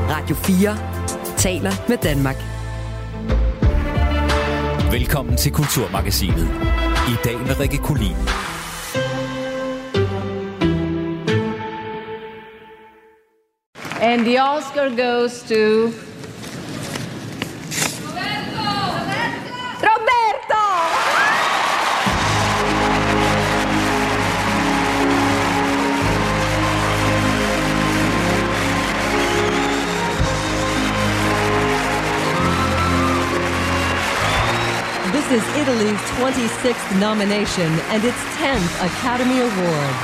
Radio 4 taler med Danmark. Velkommen til Kulturmagasinet. I dag med Rikke Kulin. And the Oscar goes to... Roberto! This is Italy's 26th nomination and its 10th Academy Award.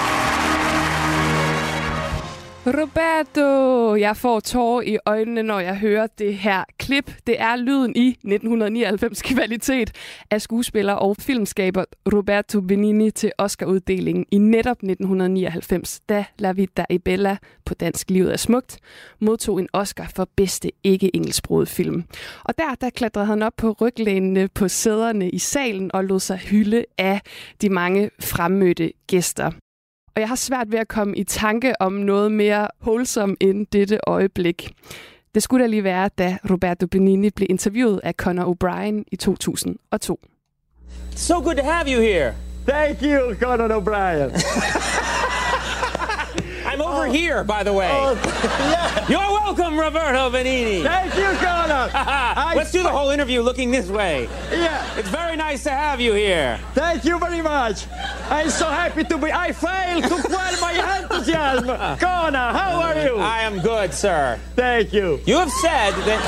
Roberto! Jeg får tårer i øjnene, når jeg hører det her klip. Det er lyden i 1999 kvalitet af skuespiller og filmskaber Roberto Benigni til Oscar-uddelingen i netop 1999, da La Vita è Bella, på dansk Livet er smukt, modtog en Oscar for bedste ikke-engelsksproget film. Og der klatrede han op på ryglænene på sæderne i salen og lod sig hylde af de mange fremmødte gæster. Og jeg har svært ved at komme i tanke om noget mere wholesome end dette øjeblik. Det skulle da lige være, da Roberto Benigni blev interviewet af Conan O'Brien i 2002. So good to have you here. Thank you, Conan O'Brien. I'm over here, by the way. Yeah. You're welcome, Roberto Benigni. Thank you, Conan. Let's do the whole interview looking this way. Yeah. It's very nice to have you here. Thank you very much. I'm so happy to be... I failed to quell my enthusiasm. Conan, how are you? I am good, sir. Thank you. You have said that...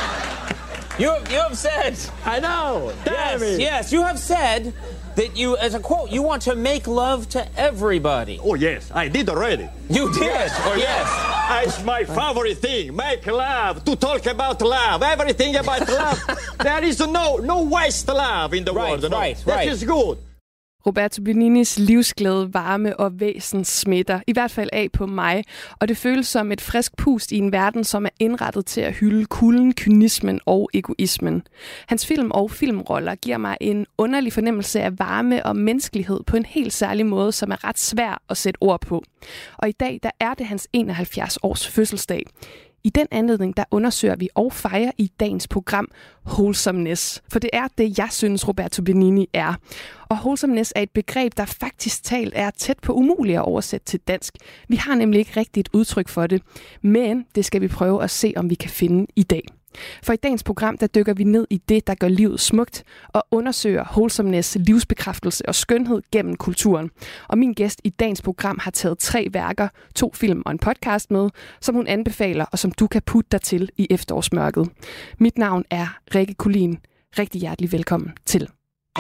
You have said... I know. Tell me. Yes, you have said that you, as a quote, you want to make love to everybody. Oh, yes, I did already. You did? Yes. It's my favorite thing. Make love, to talk about love, everything about love. There is no waste love in the world. No. Right. That is good. Roberto Benignis livsglæde, varme og væsen smitter, i hvert fald af på mig, og det føles som et frisk pust i en verden, som er indrettet til at hylde kulden, kynismen og egoismen. Hans film og filmroller giver mig en underlig fornemmelse af varme og menneskelighed på en helt særlig måde, som er ret svær at sætte ord på. Og i dag, der er det hans 71 års fødselsdag. I den anledning, der undersøger vi og fejrer i dagens program wholesomeness. For det er det, jeg synes, Roberto Benigni er. Og wholesomeness er et begreb, der faktisk talt er tæt på umuligt at oversætte til dansk. Vi har nemlig ikke rigtigt et udtryk for det. Men det skal vi prøve at se, om vi kan finde i dag. For i dagens program, der dykker vi ned i det, der gør livet smukt, og undersøger wholesomeness, livsbekræftelse og skønhed gennem kulturen. Og min gæst i dagens program har taget 3 værker, 2 film og en podcast med, som hun anbefaler, og som du kan putte dig til i efterårsmørket. Mit navn er Rikke Kulin. Rigtig hjertelig velkommen til.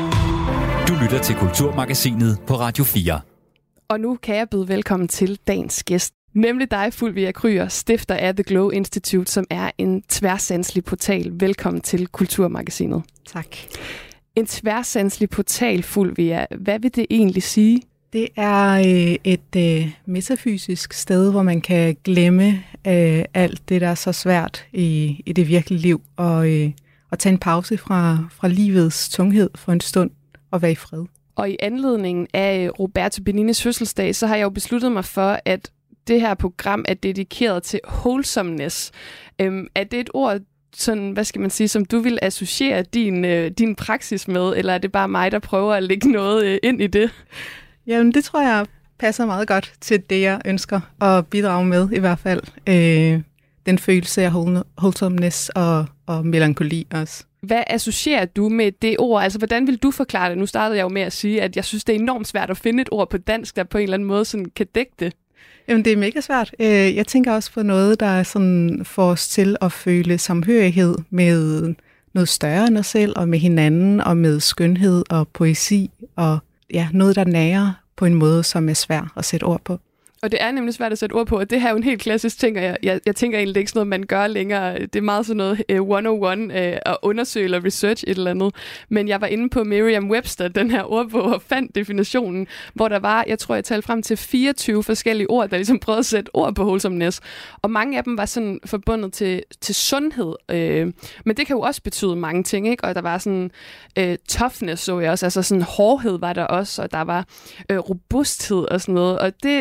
Du lytter til Kulturmagasinet på Radio 4. Og nu kan jeg byde velkommen til dagens gæst. Nemlig dig, Fulvia Krüger, stifter af The Glow Institute, som er en tværsanselig portal. Velkommen til Kulturmagasinet. Tak. En tværsanselig portal, Fulvia. Hvad vil det egentlig sige? Det er et metafysisk sted, hvor man kan glemme alt det, der er så svært i det virkelige liv, og tage en pause fra livets tunghed for en stund og være i fred. Og i anledningen af Roberto Benignis fødselsdag, så har jeg jo besluttet mig for, at det her program er dedikeret til wholesomeness. Er det et ord, sådan, hvad skal man sige, som du vil associere din praksis med, eller er det bare mig, der prøver at lægge noget ind i det? Jamen, det tror jeg passer meget godt til det, jeg ønsker at bidrage med, i hvert fald. Den følelse af wholesomeness og melankoli også. Hvad associerer du med det ord? Altså, hvordan vil du forklare det? Nu startede jeg jo med at sige, at jeg synes, det er enormt svært at finde et ord på dansk, der på en eller anden måde sådan kan dække det. Jamen, det er mega svært. Jeg tænker også på noget, der sådan får os til at føle samhørighed med noget større end os selv, og med hinanden, og med skønhed og poesi, og ja, noget, der nærer på en måde, som er svær at sætte ord på. Og det er nemlig svært at sætte ord på, og det her er jo en helt klassisk ting, og jeg tænker egentlig, det er ikke sådan noget, man gør længere. Det er meget sådan noget 101 at undersøge eller research et eller andet. Men jeg var inde på Merriam-Webster, den her ordbog, og fandt definitionen, hvor der var, jeg tror, jeg talte frem til 24 forskellige ord, der ligesom prøvede at sætte ord på wholesomeness. Og mange af dem var sådan forbundet til sundhed. Men det kan jo også betyde mange ting, ikke? Og der var sådan toughness, så jeg også. Altså sådan hårdhed var der også, og der var robusthed og sådan noget. Og det synes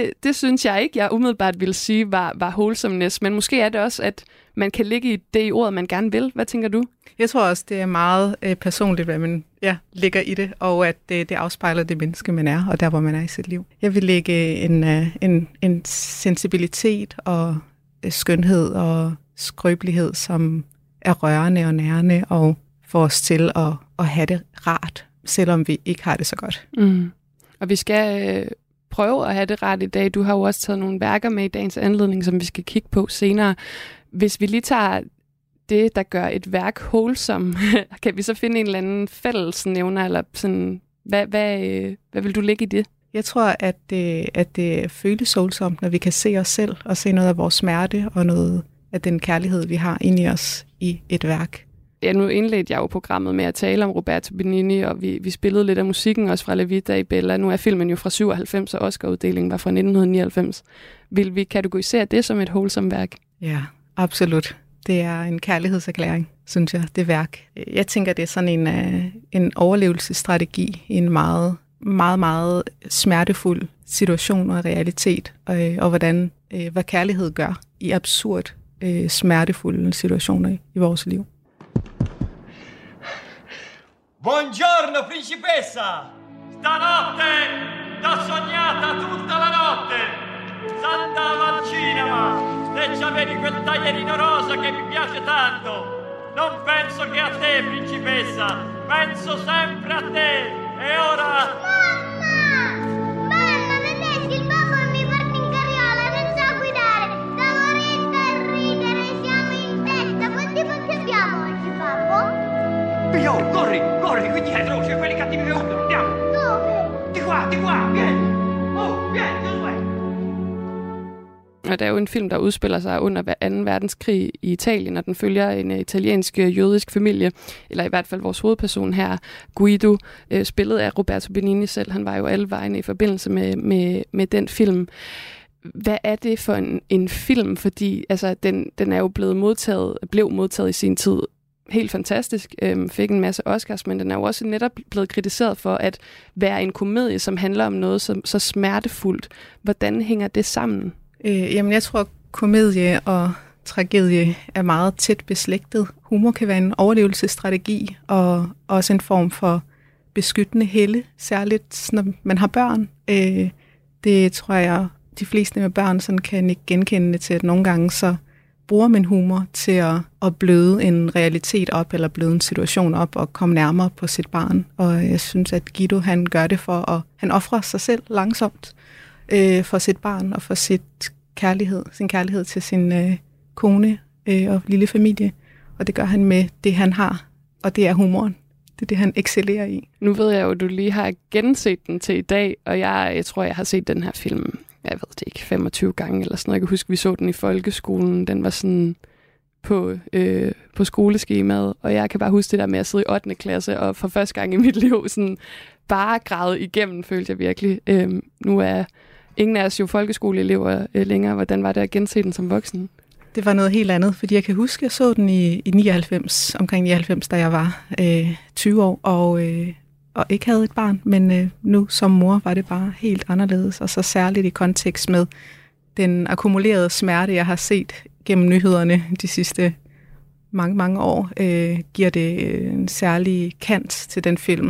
synes jeg ikke, jeg umiddelbart ville sige var wholesomeness, men måske er det også, at man kan ligge i det i ordet, man gerne vil. Hvad tænker du? Jeg tror også, det er meget personligt, hvad man ligger i det, og at det afspejler det menneske, man er, og der, hvor man er i sit liv. Jeg vil lægge en sensibilitet og skønhed og skrøbelighed, som er rørende og nærende, og får os til at have det rart, selvom vi ikke har det så godt. Mm. Og vi skal prøve at have det rart i dag. Du har jo også taget nogle værker med i dagens anledning, som vi skal kigge på senere. Hvis vi lige tager det, der gør et værk wholesome, kan vi så finde en eller anden fællesnævner, eller sådan, hvad vil du lægge i det? Jeg tror, at det føles wholesomt, når vi kan se os selv, og se noget af vores smerte, og noget af den kærlighed, vi har inde i os i et værk. Ja, nu indledte jeg jo programmet med at tale om Roberto Benigni, og vi spillede lidt af musikken også fra La Vita e Bella. Nu er filmen jo fra 97, og Oscar-uddelingen var fra 1999. Vil vi kategorisere det som et wholesome værk? Ja, absolut. Det er en kærlighedserklæring, synes jeg, det værk. Jeg tænker, det er sådan en overlevelsesstrategi i en meget, meget, meget smertefuld situation og realitet, og hvad kærlighed gør i absurd smertefulde situationer i vores liv. Buongiorno principessa! Stanotte t'ho sognata tutta la notte! S'andava al cinema e c'avevi quel taglierino rosa che mi piace tanto! Non penso che a te, principessa! Penso sempre a te! E ora... Mamma, vedessi il babbo mi porta in carriola senza guidare! Stavo ritto e ridere, siamo in testa! Quanti passi abbiamo oggi, babbo? Pio, corri, qui dietro, c'è quelli cattivi che urlano, andiamo! Dove? Di qua, vieni! Oh, vieni, dove? Og det er jo en film, der udspiller sig under 2. verdenskrig i Italien, og den følger en italiensk jødisk familie, eller i hvert fald vores hovedperson her, Guido, spillet af Roberto Benigni selv. Han var jo alle vejene i forbindelse med den film. Hvad er det for en film? Fordi altså, den er jo blev modtaget i sin tid helt fantastisk, fik en masse Oscars, men den er jo også netop blevet kritiseret for at være en komedie, som handler om noget så smertefuldt. Hvordan hænger det sammen? Jamen, jeg tror, komedie og tragedie er meget tæt beslægtet. Humor kan være en overlevelsesstrategi, og også en form for beskyttende helle, særligt når man har børn. Det tror jeg, de fleste med børn sådan kan ikke genkende til, at nogle gange så bruger man humor til at bløde en realitet op, eller bløde en situation op, og komme nærmere på sit barn. Og jeg synes, at Guido, han gør det for han offrer sig selv langsomt for sit barn, og for sin kærlighed til sin kone og lille familie. Og det gør han med det, han har, og det er humoren. Det er det, han excellerer i. Nu ved jeg jo, at du lige har genset den til i dag, og jeg tror, jeg har set den her film, jeg ved det ikke, 25 gange eller sådan noget. Jeg kan huske, vi så den i folkeskolen. Den var sådan på skoleskemaet, og jeg kan bare huske det der med at sidde i 8. klasse, og for første gang i mit liv sådan bare græde igennem, følte jeg virkelig. Nu er ingen af os jo folkeskoleelever længere. Hvordan var det at gense den som voksen? Det var noget helt andet, fordi jeg kan huske, at jeg så den i 99, omkring 99, da jeg var 20 år, og ikke havde et barn, men nu som mor var det bare helt anderledes, og så særligt i kontekst med den akkumulerede smerte, jeg har set gennem nyhederne de sidste mange år, giver det en særlig kant til den film.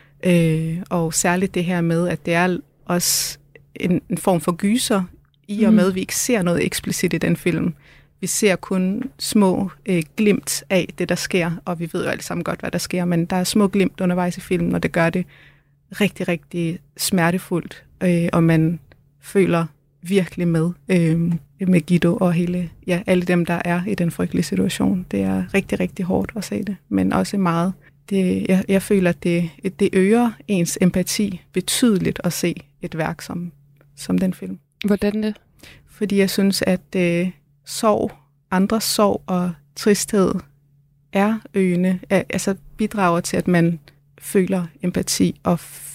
Og særligt det her med, at det er også en form for gyser, i og med, at vi ikke ser noget eksplicit i den film. Vi ser kun små glimt af det, der sker, og vi ved jo alle sammen godt, hvad der sker, men der er små glimt undervejs i filmen, og det gør det rigtig, rigtig smertefuldt, og man føler virkelig med Guido og alle dem, der er i den frygtelige situation. Det er rigtig, rigtig hårdt at se det, men også meget. Jeg føler, at det øger ens empati betydeligt at se et værk som den film. Hvordan det? Fordi jeg synes, at andres sorg og tristhed er øgende, altså bidrager til, at man føler empati og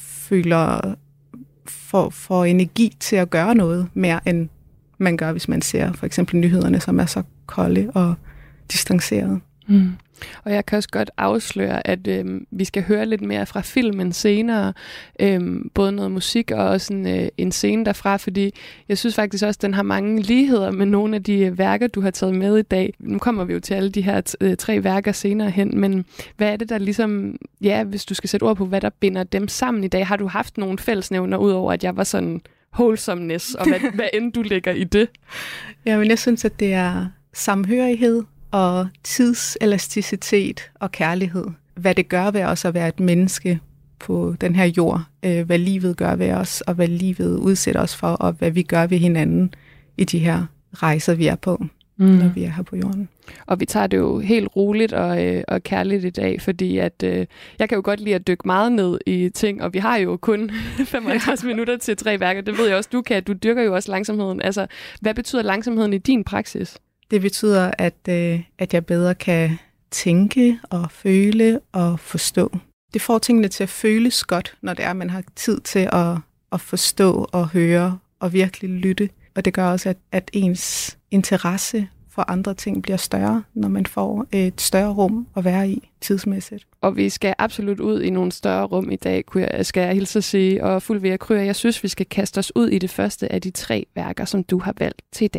får energi til at gøre noget mere, end man gør, hvis man ser for eksempel nyhederne, som er så kolde og distancerede. Og jeg kan også godt afsløre, at vi skal høre lidt mere fra filmen senere. Både noget musik og også en scene derfra, fordi jeg synes faktisk også, at den har mange ligheder med nogle af de værker, du har taget med i dag. Nu kommer vi jo til alle de her 3 værker senere hen, men hvad er det, der ligesom, hvis du skal sætte ord på, hvad der binder dem sammen i dag? Har du haft nogle fællesnævner, udover at jeg var sådan wholesomeness, og hvad end du lægger i det? Ja, men jeg synes, at det er samhørighed og tidselasticitet og kærlighed. Hvad det gør ved os at være et menneske på den her jord. Hvad livet gør ved os, og hvad livet udsætter os for, og hvad vi gør ved hinanden i de her rejser, vi er på, når vi er her på jorden. Og vi tager det jo helt roligt og kærligt i dag, fordi at jeg kan jo godt lide at dykke meget ned i ting, og vi har jo kun 55 minutter til 3 værker. Det ved jeg også, du kan. Du dyrker jo også langsomheden. Altså, hvad betyder langsomheden i din praksis? Det betyder, at jeg bedre kan tænke og føle og forstå. Det får tingene til at føles godt, når det er, at man har tid til at forstå og høre og virkelig lytte. Og det gør også, at ens interesse for andre ting bliver større, når man får et større rum at være i tidsmæssigt. Og vi skal absolut ud i nogle større rum i dag, skal jeg hilse at sige. Og fuld ved at krydre, jeg synes, vi skal kaste os ud i det første af de 3 værker, som du har valgt til i dag.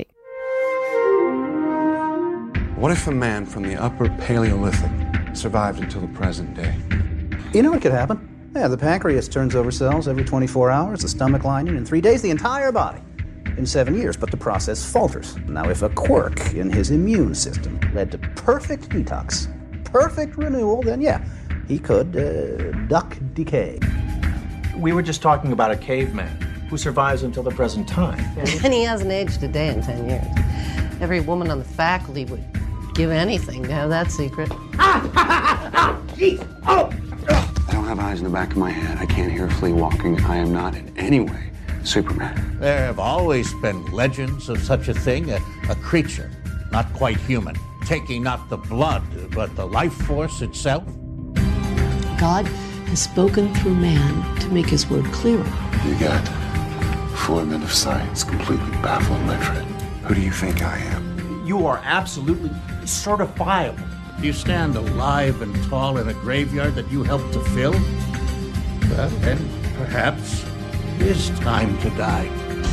What if a man from the upper Paleolithic survived until the present day? You know, it could happen. Yeah, the pancreas turns over cells every 24 hours, the stomach lining in 3 days, the entire body in 7 years, but the process falters. Now, if a quirk in his immune system led to perfect detox, perfect renewal, then yeah, he could duck decay. We were just talking about a caveman who survives until the present time. And he hasn't aged a day in 10 years. Every woman on the faculty would give anything to have that secret. Jeez. Oh! I don't have eyes in the back of my head. I can't hear a flea walking. I am not in any way Superman. There have always been legends of such a thing, a creature, not quite human, taking not the blood, but the life force itself. God has spoken through man to make his word clearer. You got 4 men of science completely baffled Metroid. Who do you think I am? You are absolutely certifiable. You stand alive and tall in a graveyard that you helped to fill? Well, then perhaps it is time to die.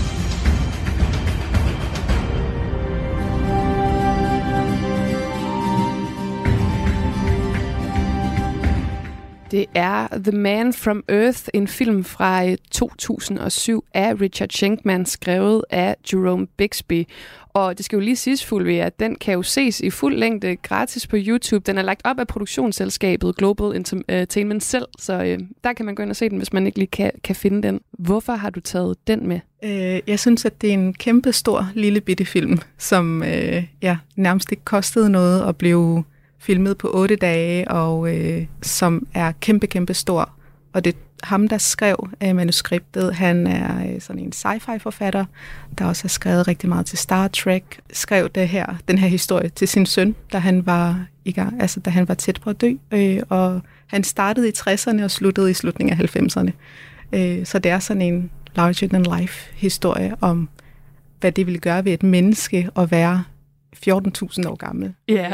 Det er The Man from Earth, en film fra 2007 af Richard Schenkman, skrevet af Jerome Bixby. Og det skal jo lige siges fuldt ved, at den kan jo ses i fuld længde gratis på YouTube. Den er lagt op af produktionsselskabet Global Entertainment selv, så der kan man gå ind og se den, hvis man ikke lige kan finde den. Hvorfor har du taget den med? Jeg synes, at det er en kæmpe stor lille bitte film, som nærmest ikke kostede noget at blive filmet på 8 dage, og som er kæmpe stor. Og det er ham, der skrev manuskriptet. Han er sådan en sci-fi-forfatter, der også har skrevet rigtig meget til Star Trek. Skrev den her historie til sin søn, da han var i gang, altså da han var tæt på at dø. Og han startede i 60'erne og sluttede i slutningen af 90'erne. Så det er sådan en larger-than-life historie om, hvad det ville gøre ved et menneske at være 14.000 år gammel. Ja,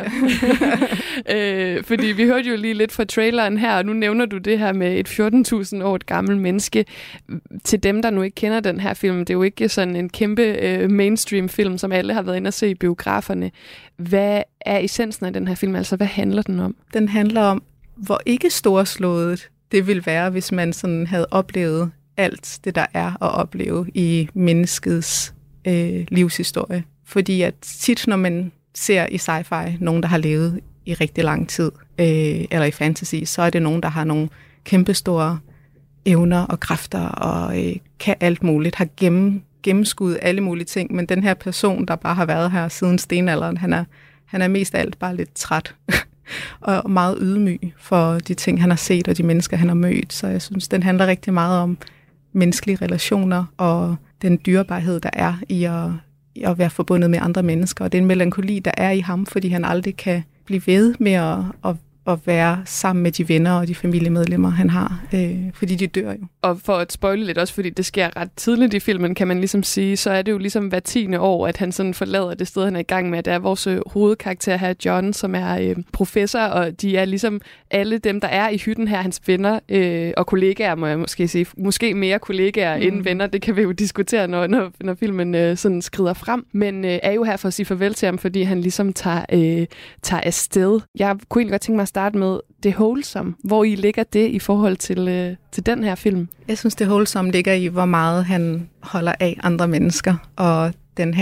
fordi vi hørte jo lige lidt fra traileren her, og nu nævner du det her med et 14.000 år gammel menneske. Til dem, der nu ikke kender den her film, det er jo ikke sådan en kæmpe mainstream film, som alle har været inde og se i biograferne. Hvad er essensen af den her film? Altså, hvad handler den om? Den handler om, hvor ikke storslået det ville være, hvis man sådan havde oplevet alt det, der er at opleve i menneskets livshistorie. Fordi at tit, når man ser i sci-fi nogen, der har levet i rigtig lang tid, eller i fantasy, så er det nogen, der har nogle kæmpestore evner og kræfter, og kan alt muligt, har gennemskuddet alle mulige ting. Men den her person, der bare har været her siden stenalderen, han er mest af alt bare lidt træt, og meget ydmyg for de ting, han har set, og de mennesker, han har mødt. Så jeg synes, den handler rigtig meget om menneskelige relationer, og den dyrebarhed, der er i at være forbundet med andre mennesker. Og det er en melankoli, der er i ham, fordi han aldrig kan blive ved med at være sammen med de venner og de familiemedlemmer, han har, fordi de dør jo. Og for at spoile lidt også, fordi det sker ret tidligt i filmen, kan man ligesom sige, så er det jo ligesom hver 10. år, at han sådan forlader det sted, han er i gang med. Det er vores hovedkarakter her, John, som er professor, og de er ligesom alle dem, der er i hytten her, hans venner og kollegaer, må jeg måske sige. Måske mere kollegaer end venner, det kan vi jo diskutere, når filmen sådan skrider frem. Men er jo her for at sige farvel til ham, fordi han ligesom tager afsted. Jeg kunne egentlig godt tænke mig at starte med det wholesome. Hvor i ligger det i forhold til den her film? Jeg synes, det wholesome ligger i, hvor meget han holder af andre mennesker, og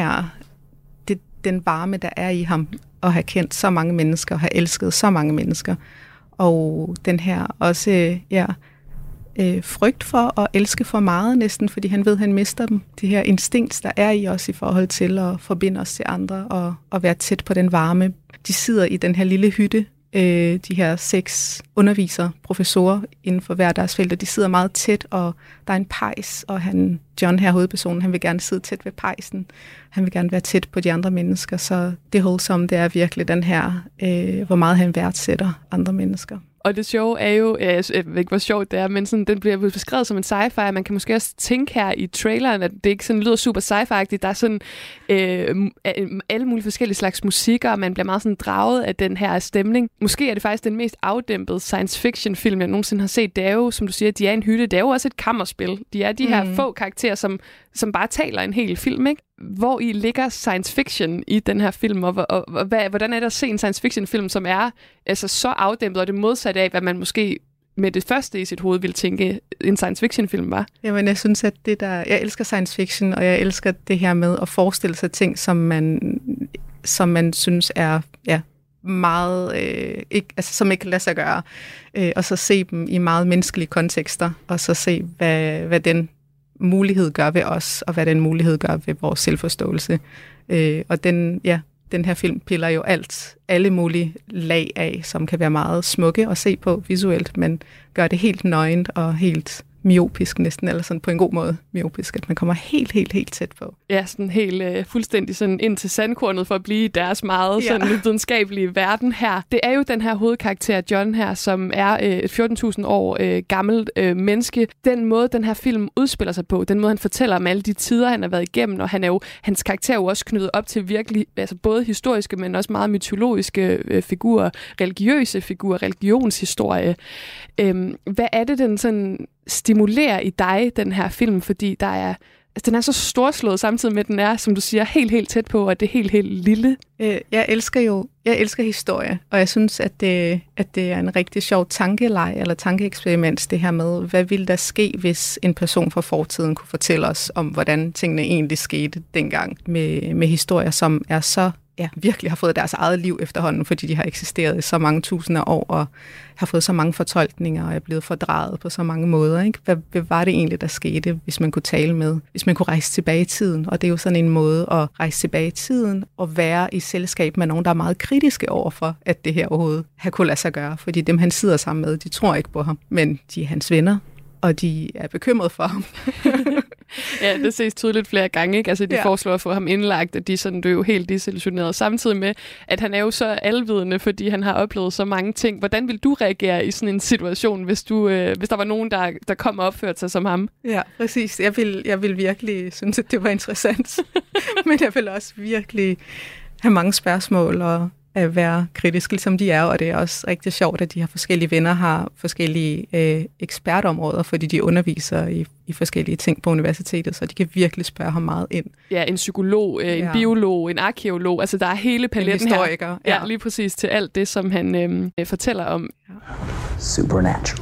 den varme, der er i ham, at have kendt så mange mennesker, og have elsket så mange mennesker. Og den her også, frygt for at elske for meget næsten, fordi han ved, at han mister dem. Det her instinkt, der er i os i forhold til at forbinde os til andre og være tæt på den varme. De sidder i den her lille hytte, de her 6 undervisere, professorer inden for hver deres felt, de sidder meget tæt, og der er en pejs, og John her, hovedpersonen, han vil gerne sidde tæt ved pejsen. Han vil gerne være tæt på de andre mennesker, så det wholesome, det er virkelig den her, hvor meget han værdsætter andre mennesker. Og det sjove er jo, jeg ved ikke, hvor sjovt det er, men sådan, den bliver beskrevet som en sci-fi. Man kan måske også tænke her i traileren, at det ikke sådan lyder super sci-fi-agtigt. Der er sådan alle mulige forskellige slags musikker, og man bliver meget sådan draget af den her stemning. Måske er det faktisk den mest afdæmpede science fiction film, jeg nogensinde har set. Det er jo, som du siger, de er en hytte. Det er jo også et kammerspil. De er de her få karakterer, som bare taler en hel film, ikke? Hvor i ligger science fiction i den her film, og hvordan er det at se en science fiction film, som er altså så afdæmpet, og det modsatte af, hvad man måske med det første i sit hoved ville tænke, en science fiction film var? Jamen, jeg synes, at jeg elsker science fiction, og jeg elsker det her med at forestille sig ting, som man synes er meget, som ikke kan lade sig gøre, og så se dem i meget menneskelige kontekster, og så se, hvad den mulighed gør ved os, og hvad den mulighed gør ved vores selvforståelse. Og den her film piller jo alle mulige lag af, som kan være meget smukke at se på visuelt, men gør det helt nøgent og helt myopisk næsten, eller sådan på en god måde myopisk, at man kommer helt tæt på. Ja, sådan helt fuldstændig sådan ind til sandkornet for at blive i deres meget sådan videnskabelige verden her. Det er jo den her hovedkarakter, John her, som er et 14.000 år gammelt menneske. Den måde, den her film udspiller sig på, den måde, han fortæller om alle de tider, han har været igennem, og hans karakter er jo også knyttet op til virkelig, altså både historiske, men også meget mytologiske figurer, religiøse figurer, religionshistorie. Hvad er det, den sådan stimulerer i dig, den her film, fordi den er så storslået samtidig med, at den er, som du siger, helt tæt på, og det er helt lille. Jeg elsker historie, og jeg synes, at det er en rigtig sjov tankeleg eller tankeeksperiment, det her med, hvad ville der ske, hvis en person fra fortiden kunne fortælle os om, hvordan tingene egentlig skete dengang med historier, som er så virkelig har fået deres eget liv efterhånden, fordi de har eksisteret i så mange tusinder år, og har fået så mange fortolkninger, og er blevet fordrejet på så mange måder. Ikke? Hvad var det egentlig, der skete, hvis man kunne tale med, hvis man kunne rejse tilbage i tiden? Og det er jo sådan en måde at rejse tilbage i tiden, og være i selskab med nogen, der er meget kritiske overfor, at det her overhovedet har kunne lade sig gøre. Fordi dem, han sidder sammen med, de tror ikke på ham, men de er hans venner, og de er bekymret for ham. Ja, det ses tydeligt flere gange, ikke? Altså, de foreslår at få ham indlagt, at de sådan, er jo helt desillusioneret. Samtidig med, at han er jo så alvidende, fordi han har oplevet så mange ting. Hvordan vil du reagere i sådan en situation, hvis der var nogen, der kom og opførte sig som ham? Ja, præcis. Jeg vil virkelig synes, at det var interessant. Men jeg vil også virkelig have mange spørgsmål og at være kritisk, ligesom de er, og det er også rigtig sjovt, at de her forskellige venner har forskellige ekspertområder, fordi de underviser i forskellige ting på universitetet, så de kan virkelig spørge ham meget ind. Ja, en psykolog, en biolog, en arkæolog, altså der er hele paletten her. Ja, lige præcis til alt det, som han fortæller om. Ja. Supernatural.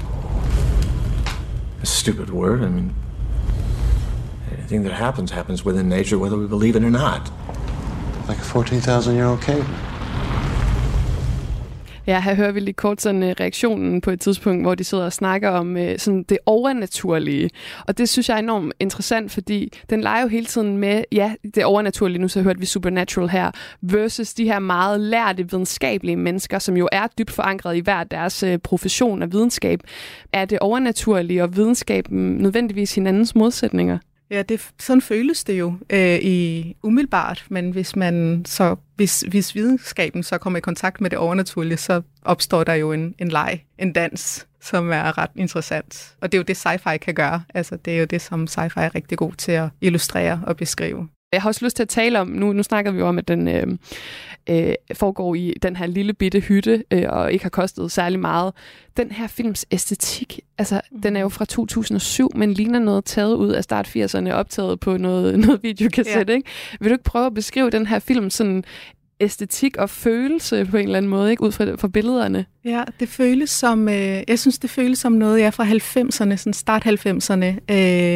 A stupid word, I mean, anything that happens within nature, whether we believe it or not. Like a 14,000-year-old caveman. Ja, her hører vi lige kort sådan reaktionen på et tidspunkt, hvor de sidder og snakker om sådan det overnaturlige. Og det synes jeg er enormt interessant, fordi den leger jo hele tiden med, det overnaturlige, nu så hørte vi Supernatural her, versus de her meget lærte videnskabelige mennesker, som jo er dybt forankret i hver deres profession og videnskab. Er det overnaturlige og videnskaben nødvendigvis hinandens modsætninger? Ja, sådan føles det jo umiddelbart, men hvis videnskaben så kommer i kontakt med det overnaturlige, så opstår der jo en leg, en dans, som er ret interessant. Og det er jo det, sci-fi kan gøre. Altså, det er jo det, som sci-fi er rigtig god til at illustrere og beskrive. Jeg har også lyst til at tale om, nu snakker vi jo om, at den foregår i den her lille bitte hytte, og ikke har kostet særlig meget. Den her films æstetik, altså den er jo fra 2007, men ligner noget taget ud af start 80'erne, optaget på noget videokassette, ikke? Vil du ikke prøve at beskrive den her film sådan æstetik og følelse på en eller anden måde, ikke? Ud fra billederne? Ja, det føles som, jeg synes, det føles som noget, fra 90'erne, sådan start 90'erne,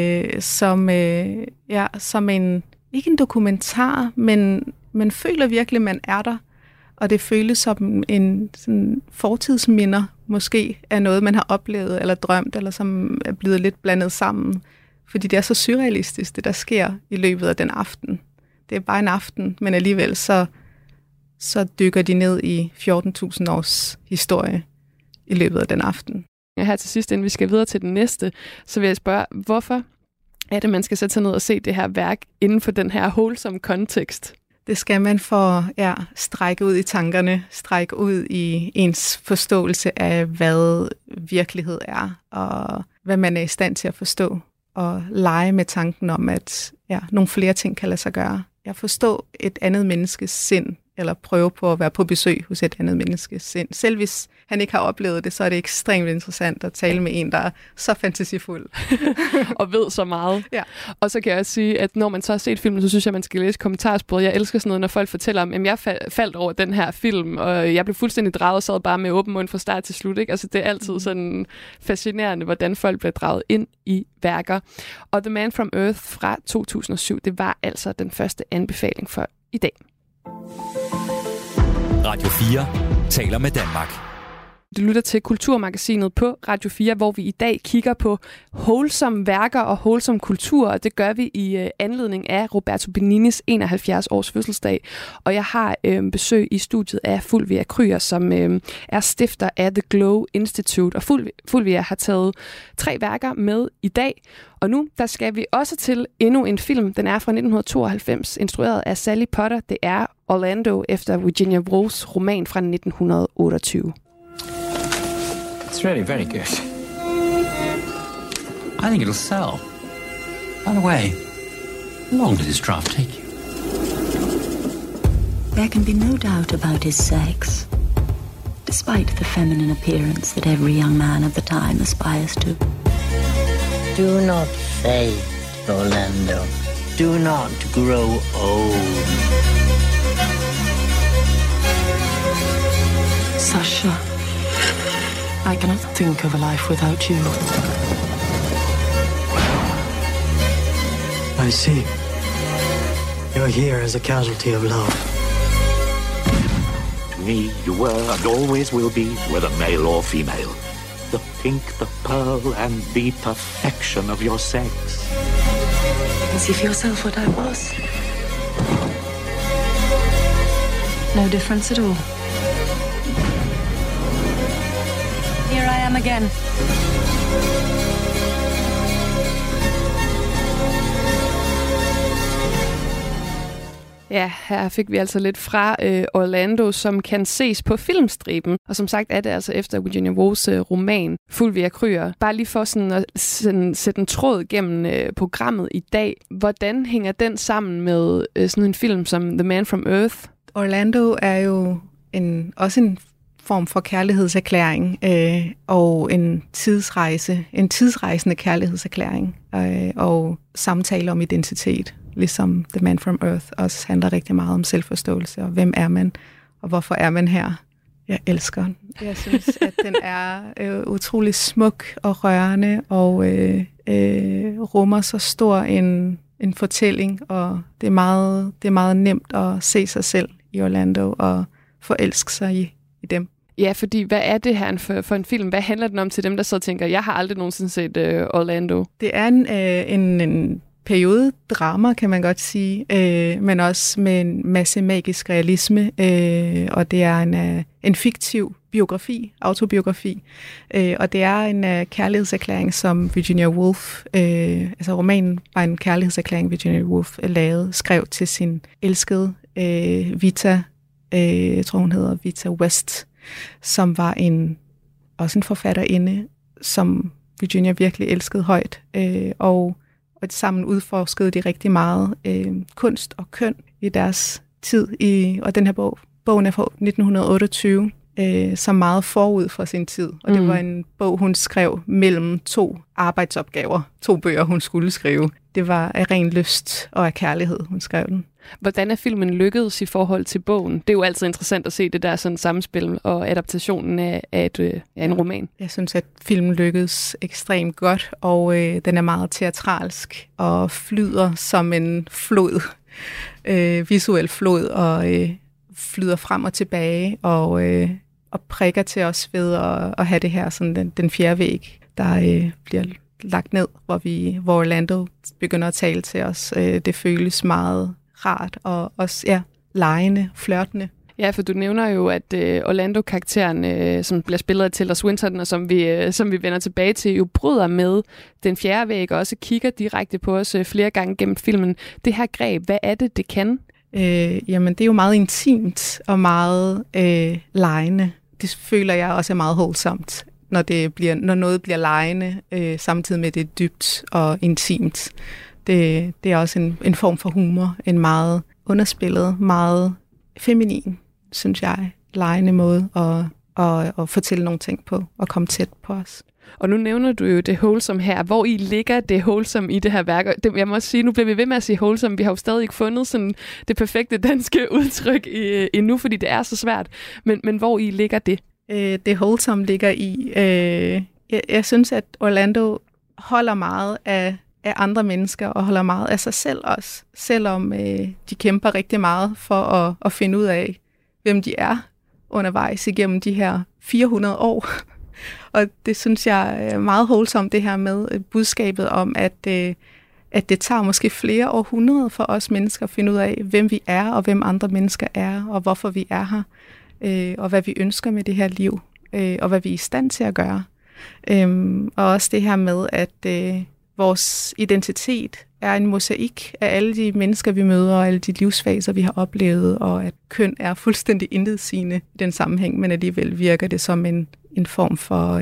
som en, ikke en dokumentar, men man føler virkelig, at man er der. Og det føles som en sådan fortidsminder, måske, af noget, man har oplevet eller drømt, eller som er blevet lidt blandet sammen. Fordi det er så surrealistisk, det der sker i løbet af den aften. Det er bare en aften, men alligevel så dykker de ned i 14.000 års historie i løbet af den aften. Ja, her til sidst, inden vi skal videre til den næste, så vil jeg spørge, hvorfor er det, man skal sætte sig ned og se det her værk inden for den her wholesome kontekst? Det skal man for strække ud i tankerne, strække ud i ens forståelse af, hvad virkelighed er, og hvad man er i stand til at forstå, og lege med tanken om, at nogle flere ting kan lade sig gøre. Jeg forstår et andet menneskes sind, eller prøve på at være på besøg hos et andet menneskes sind. Selv hvis han ikke har oplevet det, så er det ekstremt interessant at tale med en, der er så fantasifuld. Og ved så meget. Ja. Og så kan jeg også sige, at når man så har set filmen, så synes jeg, at man skal læse kommentarsporet. Jeg elsker sådan noget, når folk fortæller om, at jeg faldt over den her film, og jeg blev fuldstændig draget og sad bare med åben mund fra start til slut. Ikke? Altså, det er altid sådan fascinerende, hvordan folk bliver draget ind i værker. Og The Man from Earth fra 2007, det var altså den første anbefaling for i dag. Radio 4 taler med Danmark. Du lytter til Kulturmagasinet på Radio 4, hvor vi i dag kigger på wholesome værker og wholesome kultur, og det gør vi i anledning af Roberto Beninis 71 års fødselsdag. Og jeg har besøg i studiet af Fulvia Krüger, som er stifter af The Glow Institute. Og Fulvia har taget 3 værker med i dag. Og nu der skal vi også til endnu en film. Den er fra 1992, instrueret af Sally Potter. Det er Orlando efter Virginia Woolfs roman fra 1928. It's really very good. I think it'll sell. By the way, how long did this draft take you? There can be no doubt about his sex, despite the feminine appearance that every young man of the time aspires to. Do not fade, Orlando. Do not grow old. Sasha, I cannot think of a life without you. I see. You're here as a casualty of love. To me, you were and always will be, whether male or female, the pink, the pearl, and the perfection of your sex. You can see for yourself what I was. No difference at all. Here I am again. Ja, her fik vi altså lidt fra Orlando, som kan ses på filmstriben. Og som sagt er det altså efter Virginia Woolfs roman Fulvia Krüger. Bare lige for sådan at sætte en tråd gennem programmet i dag. Hvordan hænger den sammen med sådan en film som The Man from Earth? Orlando er jo også en form for kærlighedserklæring og en tidsrejsende kærlighedserklæring og samtale om identitet, ligesom The Man from Earth også handler rigtig meget om selvforståelse og hvem er man og hvorfor er man her. Jeg elsker den. Jeg synes, at den er utrolig smuk og rørende og rummer så stor en fortælling, og det er meget nemt at se sig selv i Orlando og forelske sig i dem. Ja, fordi hvad er det her for en film? Hvad handler den om til dem, der så tænker, jeg har aldrig nogensinde set Orlando? Det er periodedrama, kan man godt sige, men også med en masse magisk realisme, og det er en fiktiv autobiografi, og det er en kærlighedserklæring, som Virginia Woolf, altså romanen var en kærlighedserklæring, Virginia Woolf skrev til sin elskede Vita, jeg tror hun hedder Vita West, som var også en forfatterinde, som Virginia virkelig elskede højt, og sammen udforskede de rigtig meget kunst og køn i deres tid. Og den her bogen er fra 1928, som meget forud for sin tid. Og det var en bog, hun skrev mellem 2 arbejdsopgaver, 2 bøger, hun skulle skrive. Det var af ren lyst og af kærlighed, hun skrev den. Hvordan er filmen lykkedes i forhold til bogen? Det er jo altid interessant at se det der sådan samspil og adaptationen af en roman. Jeg synes, at filmen lykkedes ekstremt godt, og den er meget teatralsk og flyder som en flod, visuel flod, og flyder frem og tilbage, og prikker til os ved at have det her, sådan den fjerde væg, der bliver lagt ned, hvor Orlando begynder at tale til os. Det føles meget rart og også legende, flirtende. Ja, for du nævner jo, at Orlando-karakteren, som bliver spillet af Tilda Swinton, og som vi vender tilbage til, jo bryder med den fjerde væg, og også kigger direkte på os flere gange gennem filmen. Det her greb, hvad er det kan? Jamen, det er jo meget intimt og meget legende. Det føler jeg også er meget wholesomt, når noget bliver legende, samtidig med det er dybt og intimt. Det er også en form for humor, en meget underspillet, meget feminin, synes jeg, legende måde at fortælle nogle ting på og komme tæt på os. Og nu nævner du jo det wholesome her. Hvor i ligger det wholesome i det her værk? Jeg må også sige, nu bliver vi ved med at sige wholesome. Vi har jo stadig ikke fundet sådan det perfekte danske udtryk endnu, fordi det er så svært. Men hvor i ligger det? Det wholesome ligger i... Jeg synes, at Orlando holder meget af andre mennesker og holder meget af sig selv også, selvom de kæmper rigtig meget for at finde ud af, hvem de er undervejs igennem de her 400 år. Og det synes jeg er meget wholesome, det her med budskabet om, at det tager måske flere århundreder for os mennesker at finde ud af, hvem vi er, og hvem andre mennesker er, og hvorfor vi er her, og hvad vi ønsker med det her liv, og hvad vi er i stand til at gøre. Og også det her med, at vores identitet er en mosaik af alle de mennesker, vi møder, og alle de livsfaser, vi har oplevet, og at køn er fuldstændig intetsigende i den sammenhæng, men alligevel virker det som en form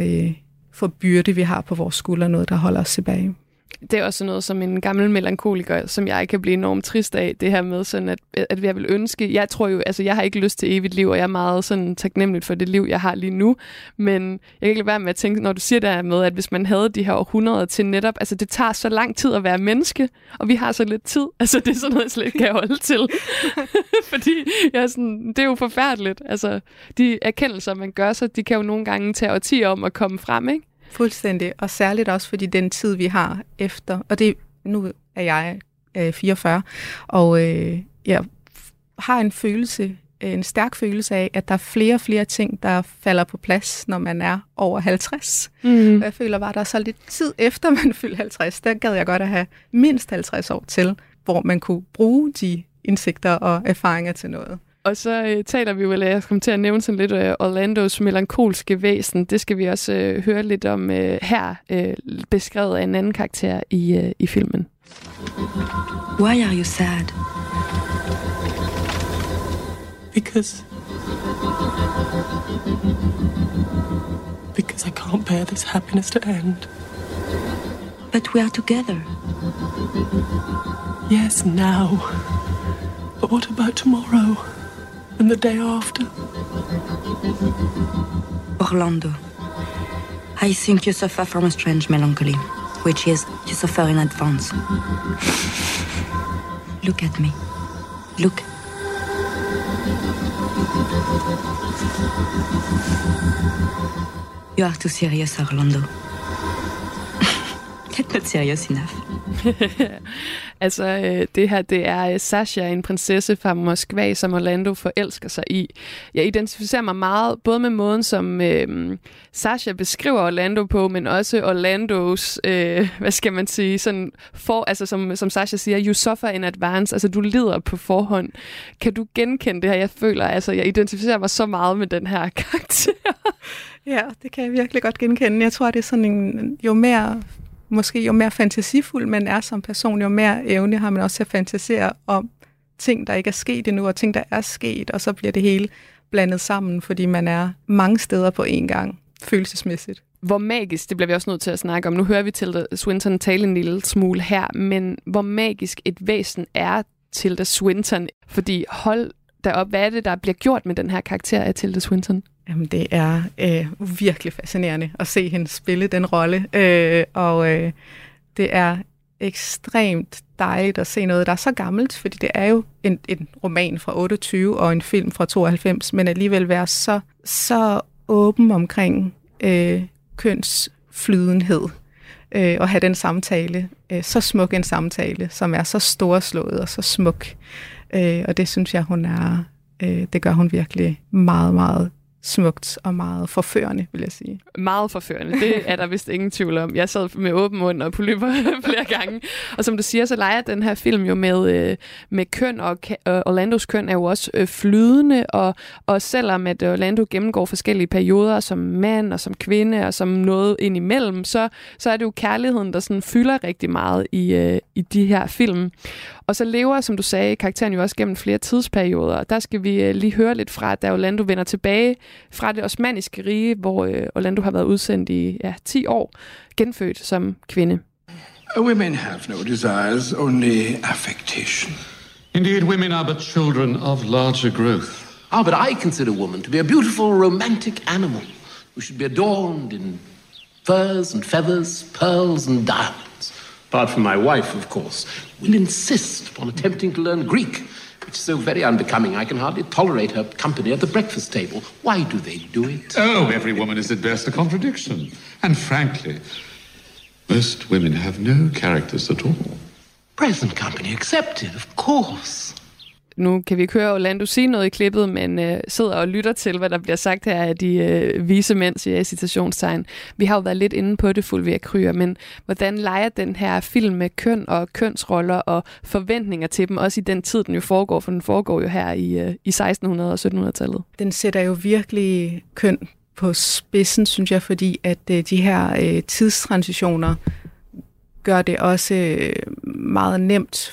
for byrde, vi har på vores skuldre, noget, der holder os tilbage. Det er også noget som en gammel melankoliker, som jeg kan blive enormt trist af, det her med sådan, at jeg vil ønske, jeg tror jo, altså jeg har ikke lyst til evigt liv, og jeg er meget sådan taknemmelig for det liv, jeg har lige nu, men jeg kan ikke lade være med at tænke, når du siger det her med, at hvis man havde de her århundreder til netop, altså det tager så lang tid at være menneske, og vi har så lidt tid, altså det er sådan noget, jeg slet ikke kan holde til, fordi jeg er sådan, det er jo forfærdeligt, altså de erkendelser, man gør sig, de kan jo nogle gange tage årtier om at komme frem, ikke? Fuldstændig, og særligt også fordi den tid, vi har efter, og nu er jeg 44, og jeg har en stærk følelse af, at der er flere og flere ting, der falder på plads, når man er over 50. Og jeg føler bare, at der er så lidt tid efter, man fylder 50. Der gad jeg godt at have mindst 50 år til, hvor man kunne bruge de indsigter og erfaringer til noget. Og så taler vi jo, eller jeg kommer til at nævne sådan lidt Orlandos melankolske væsen. Det skal vi også høre lidt om her, beskrevet af en anden karakter i filmen. Why are you sad? Because I can't bear this happiness to end. But we are together. Yes, now. But what about tomorrow? And the day after? Orlando, I think you suffer from a strange melancholy, which is you suffer in advance. Look at me. Look. You are too serious, Orlando. You're not serious enough. Altså, det her, det er Sasha, en prinsesse fra Moskva, som Orlando forelsker sig i. Jeg identificerer mig meget, både med måden, som Sasha beskriver Orlando på, men også Orlandos, hvad skal man sige, sådan altså som Sasha siger, you suffer in advance, altså du lider på forhånd. Kan du genkende det her? Jeg føler, altså, jeg identificerer mig så meget med den her karakter. Ja, det kan jeg virkelig godt genkende. Jeg tror, det er sådan en, jo mere fantasifuld man er som person, jo mere evne har man også til at fantasere om ting, der ikke er sket endnu, og ting, der er sket, og så bliver det hele blandet sammen, fordi man er mange steder på én gang, følelsesmæssigt. Hvor magisk, det bliver vi også nødt til at snakke om. Nu hører vi Tilda Swinton tale en lille smule her, men hvor magisk et væsen er Tilda Swinton? Fordi hold derop, hvad er det, der bliver gjort med den her karakter af Tilda Swinton? Jamen, det er virkelig fascinerende at se hende spille den rolle, og det er ekstremt dejligt at se noget, der er så gammelt, fordi det er jo en roman fra 28 og en film fra 92, men alligevel være så åben omkring kønsflydenhed, og have den samtale, så smuk en samtale, som er så storslået og så smuk, og det synes jeg, det gør hun virkelig meget, meget smukt og meget forførende, vil jeg sige. Meget forførende, det er der vist ingen tvivl om. Jeg sad med åben mund og polypper flere gange. Og som du siger, så leger den her film jo med køn, og Orlandos køn er jo også flydende, og selvom at Orlando gennemgår forskellige perioder som mand og som kvinde og som noget indimellem, så er det jo kærligheden, der sådan fylder rigtig meget i de her film. Og så lever, som du sagde, karakteren jo også gennem flere tidsperioder. Der skal vi lige høre lidt fra, da Orlando vender tilbage fra det osmanniske rige, hvor Orlando har været udsendt i 10 år, genfødt som kvinde. Women have no desires, only affectation. Indeed, women are but children of larger growth. But I consider woman to be a beautiful romantic animal who should be adorned in furs and feathers, pearls and diamonds. Apart from my wife, of course, will insist upon attempting to learn Greek, which is so very unbecoming I can hardly tolerate her company at the breakfast table. Why do they do it? Oh, every woman is at best a contradiction. And frankly, most women have no characters at all. Present company accepted, of course. Nu kan vi ikke høre Orlando sige noget i klippet, men sidder og lytter til, hvad der bliver sagt her af de vise mænd, siger jeg i citationstegn. Vi har jo været lidt inde på det, Fulvia Krüger, men hvordan leger den her film med køn og kønsroller og forventninger til dem, også i den tid, den jo foregår, for den foregår jo her i 1600- og 1700-tallet? Den sætter jo virkelig køn på spidsen, synes jeg, fordi at de her tidstransitioner gør det også meget nemt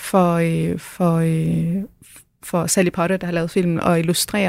for Sally Potter, der har lavet filmen, og illustrere,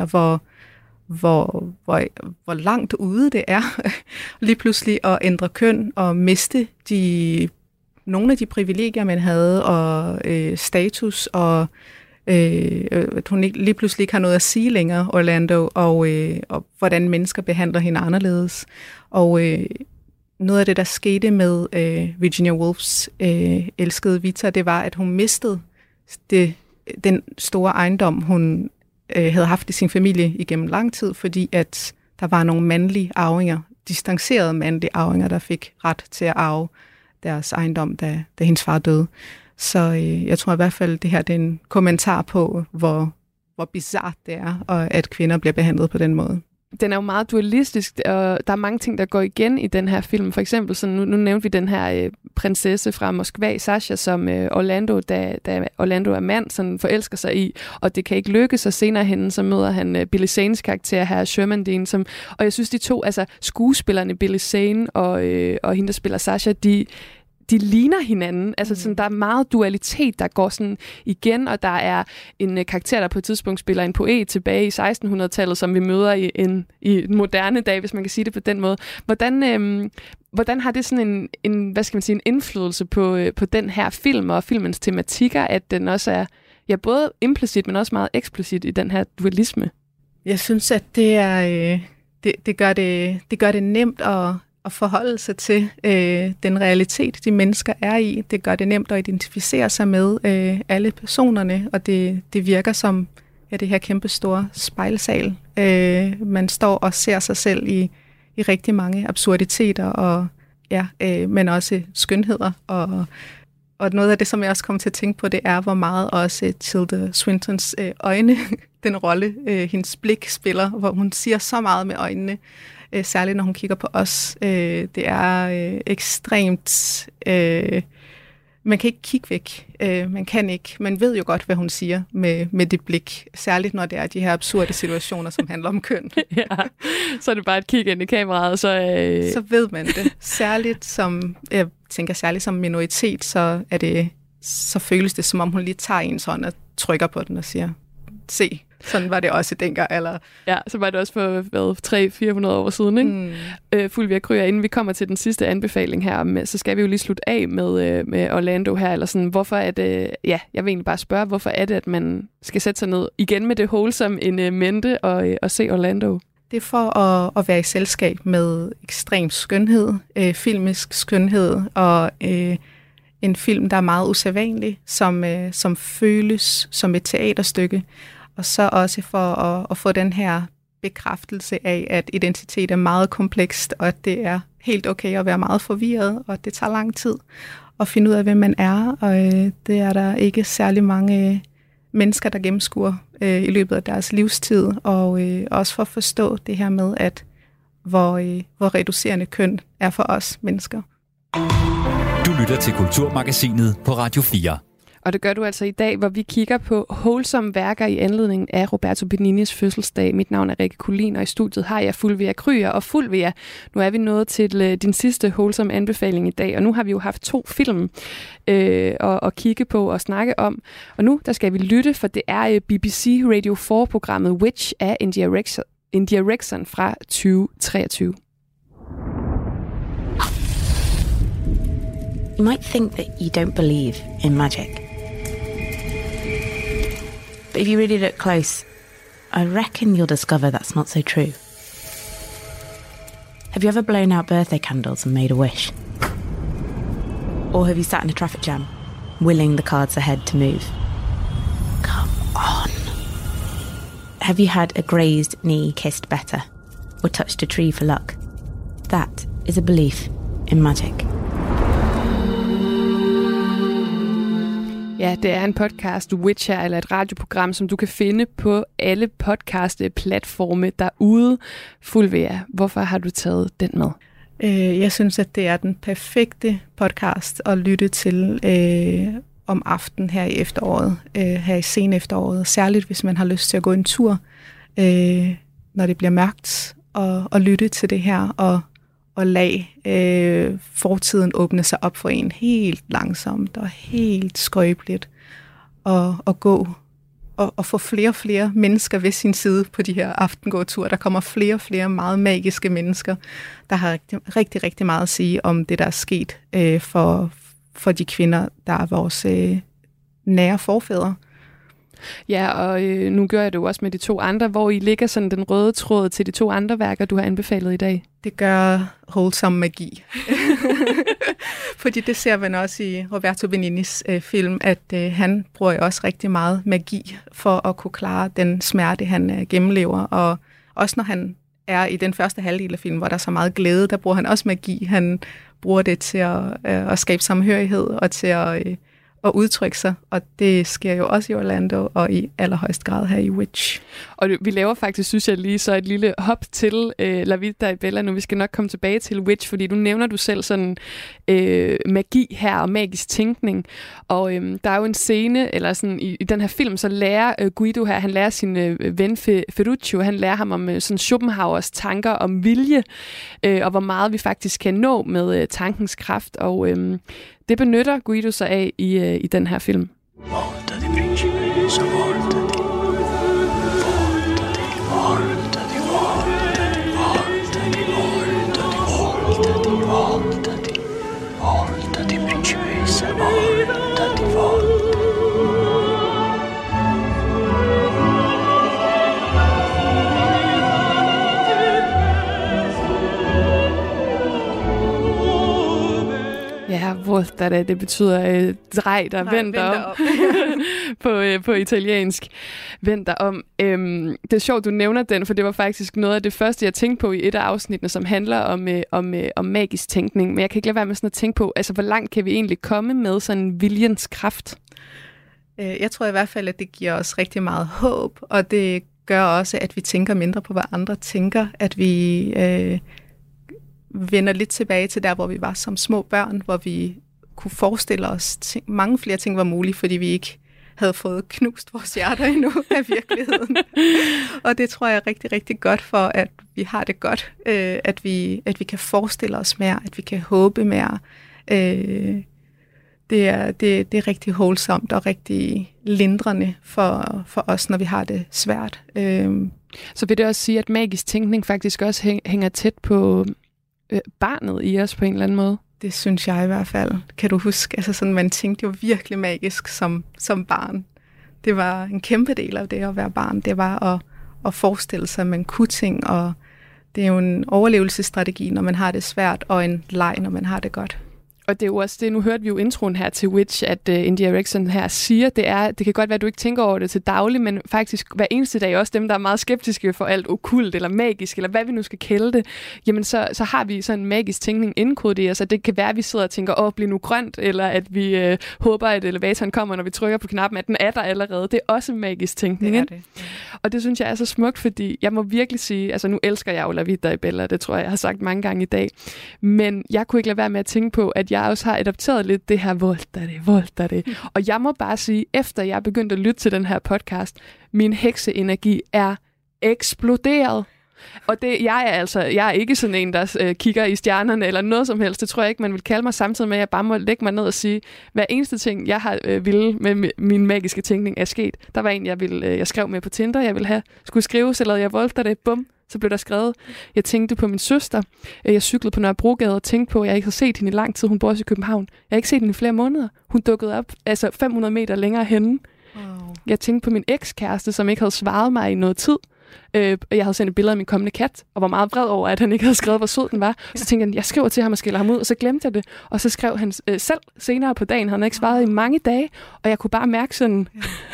hvor langt ude det er lige pludselig at ændre køn og miste nogle af de privilegier, man havde, og status, og at hun lige pludselig ikke har noget at sige længere, Orlando, og hvordan mennesker behandler hende anderledes. Og noget af det, der skete med Virginia Woolfs elskede Vita, det var, at hun mistede den store ejendom, hun havde haft i sin familie igennem lang tid, fordi at der var nogle mandlige arvinger, distancerede mandlige arvinger, der fik ret til at arve deres ejendom, da hendes far døde. Så jeg tror i hvert fald, det her det er en kommentar på, hvor bizarrt det er, og at kvinder bliver behandlet på den måde. Den er jo meget dualistisk, og der er mange ting, der går igen i den her film. For eksempel, så nu nævnte vi den her prinsesse fra Moskva, Sasha, som Orlando, da Orlando er mand, sådan forelsker sig i, og det kan ikke lykkes, og senere hen, så møder han Billy Zanes karakter her, Sherman, og jeg synes, de to, altså skuespillerne, Billy Zane og hende, der spiller Sasha, de ligner hinanden. Altså sådan, der er meget dualitet, der går sådan igen, og der er en karakter, der på et tidspunkt spiller en poet tilbage i 1600-tallet, som vi møder i en moderne dag, hvis man kan sige det på den måde. Hvordan har det sådan en hvad skal man sige, en indflydelse på den her film og filmens tematikker, at den også er både implicit, men også meget eksplicit i den her dualisme? Jeg synes, at det er det gør det nemt at forholde sig til den realitet, de mennesker er i. Det gør det nemt at identificere sig med alle personerne, og det virker som det her kæmpe store spejlsal. Man står og ser sig selv i rigtig mange absurditeter, og men også skønheder, Og noget af det, som jeg også kom til at tænke på, det er, hvor meget også Tilda Swintons øjne, den rolle, hendes blik spiller, hvor hun siger så meget med øjnene, særligt når hun kigger på os. Det er ekstremt... man kan ikke kigge væk. Man kan ikke. Man ved jo godt, hvad hun siger med det blik. Særligt når det er de her absurde situationer, som handler om køn. Ja, så er det bare et kig ind i kameraet. Så ved man det. Særligt som minoritet, så føles det, som om hun lige tager ens hånd og trykker på den og siger, se. Sådan var det også dengang. Eller... Ja, så var det også for 300-400 år siden, ikke? Fulvia Krüger, inden vi kommer til den sidste anbefaling her, så skal vi jo lige slutte af med Orlando her, eller sådan, hvorfor er det, jeg vil egentlig bare spørge, hvorfor er det, at man skal sætte sig ned igen med det wholesome in mente og se Orlando? Det er for at være i selskab med ekstrem skønhed, filmisk skønhed, og en film, der er meget usædvanlig, som føles som et teaterstykke. Og så også for at få den her bekræftelse af, at identitet er meget komplekst, og at det er helt okay at være meget forvirret, og det tager lang tid at finde ud af, hvem man er. Og det er der ikke særlig mange mennesker, der gennemskuer i løbet af deres livstid. Og også for at forstå det her med, at hvor reducerende køn er for os mennesker. Du lytter til Kulturmagasinet på Radio 4. Og det gør du altså i dag, hvor vi kigger på wholesome værker i anledning af Roberto Beninis fødselsdag. Mit navn er Rikke Kulin, og i studiet har jeg Fulvia Krüger. Og Fulvia, nu er vi nået til din sidste wholesome anbefaling i dag, og nu har vi jo haft 2 film at kigge på og snakke om. Og nu der skal vi lytte, for det er BBC Radio 4-programmet Witch af India Rexon fra 2023. You might think that you don't believe in magic. But if you really look close, I reckon you'll discover that's not so true. Have you ever blown out birthday candles and made a wish? Or have you sat in a traffic jam, willing the cards ahead to move? Come on. Have you had a grazed knee kissed better? Or touched a tree for luck? That is a belief in magic. Ja, det er en podcast, Witch her, eller et radioprogram, som du kan finde på alle podcast-platforme derude. Fulvia, hvorfor har du taget den med? Jeg synes, at det er den perfekte podcast at lytte til om aftenen her i efteråret, her i sen efteråret. Særligt, hvis man har lyst til at gå en tur, når det bliver mørkt, og lytte til det her, og lade fortiden åbne sig op for en helt langsomt og helt skrøbeligt, og gå og få flere og flere mennesker ved sin side på de her aftengåture. Der kommer flere og flere meget magiske mennesker, der har rigtig, rigtig meget at sige om det, der er sket for de kvinder, der er vores nære forfædre. Ja, og nu gør jeg det jo også med de 2 andre, hvor I ligger sådan den røde tråd til de 2 andre værker, du har anbefalet i dag. Det gør wholesome magi. Fordi det ser man også i Roberto Beninis film, at han bruger jo også rigtig meget magi for at kunne klare den smerte, han gennemlever. Og også når han er i den første halvdel af filmen, hvor der er så meget glæde, der bruger han også magi. Han bruger det til at skabe samhørighed og til at udtrykke sig, og det sker jo også i Orlando, og i allerhøjst grad her i Witch. Og vi laver faktisk, synes jeg lige, så et lille hop til La Vita e Bella nu. Vi skal nok komme tilbage til Witch, fordi nævner du selv sådan magi her, og magisk tænkning. Og der er jo en scene, eller sådan i den her film, så lærer Guido her, han lærer sin ven Ferruccio, han lærer ham om sådan Schopenhauers tanker om vilje, og hvor meget vi faktisk kan nå med tankens kraft, og det benytter Guido sig af i den her film. Ja, voltare, det betyder drej dig, vend dig om. på italiensk. Vend dig om. Det er sjovt, du nævner den, for det var faktisk noget af det første, jeg tænkte på i et af afsnittene, som handler om magisk tænkning. Men jeg kan ikke lade være med sådan at tænke på, altså hvor langt kan vi egentlig komme med sådan en viljens kraft? Jeg tror i hvert fald, at det giver os rigtig meget håb, og det gør også, at vi tænker mindre på, hvad andre tænker, at vi vender lidt tilbage til der, hvor vi var som små børn, hvor vi kunne forestille os, mange flere ting var mulige, fordi vi ikke havde fået knust vores hjerter endnu af virkeligheden. Og det tror jeg er rigtig, rigtig godt for, at vi har det godt, at vi kan forestille os mere, at vi kan håbe mere. Det er rigtig wholesomt og rigtig lindrende for os, når vi har det svært. Så vil det også sige, at magisk tænkning faktisk også hænger tæt på barnet i os på en eller anden måde? Det synes jeg i hvert fald. Kan du huske? Altså sådan, man tænkte jo virkelig magisk som barn. Det var en kæmpe del af det at være barn. Det var at forestille sig, at man kunne ting, og det er jo en overlevelsesstrategi, når man har det svært, og en leg, når man har det godt. Og det er jo også det, nu hørte vi jo introen her til Witch, at India Erickson her siger, det kan godt være, at du ikke tænker over det til daglig, men faktisk hver eneste dag, også dem, der er meget skeptiske for alt okkult eller magisk, eller hvad vi nu skal kalde det, jamen så har vi sådan en magisk tænkning indkodet i os, at det kan være, at vi sidder og tænker, bliv nu grønt, eller at vi håber, at elevatoren kommer, når vi trykker på knappen, at den er der allerede. Det er også magisk tænkning. Det er det. Ja. Og det synes jeg er så smukt, fordi jeg må virkelig sige, altså nu elsker jeg jo La Vita e Bella, det tror jeg har sagt mange gange i dag, men jeg kunne ikke lade være med at tænke på, at jeg også har adopteret lidt det her voltare. Og jeg må bare sige, efter jeg begyndte at lytte til den her podcast, min hekseenergi er eksploderet. Og jeg er ikke sådan en, der kigger i stjernerne eller noget som helst. Det tror jeg ikke, man vil kalde mig, samtidig med, at jeg bare må lægge mig ned og sige, hver eneste ting, jeg har ville med min magiske tænkning er sket. Der var en, jeg skrev med på Tinder, skulle skrive, så lavede jeg voltare, bum. Så blev der skrevet, jeg tænkte på min søster. Jeg cyklede på Nørrebrogade og tænkte på, at jeg ikke havde set hende i lang tid. Hun bor også i København. Jeg har ikke set hende i flere måneder. Hun dukkede op 500 meter længere henne. Wow. Jeg tænkte på min ekskæreste, som ikke havde svaret mig i noget tid. Jeg havde sendt et billede af min kommende kat, og var meget vred over, at han ikke havde skrevet, hvor sød den var. Så tænkte jeg skriver til ham og skiller ham ud, og så glemte jeg det. Og så skrev han selv senere på dagen. Han havde ikke svaret i mange dage, og jeg kunne bare mærke sådan...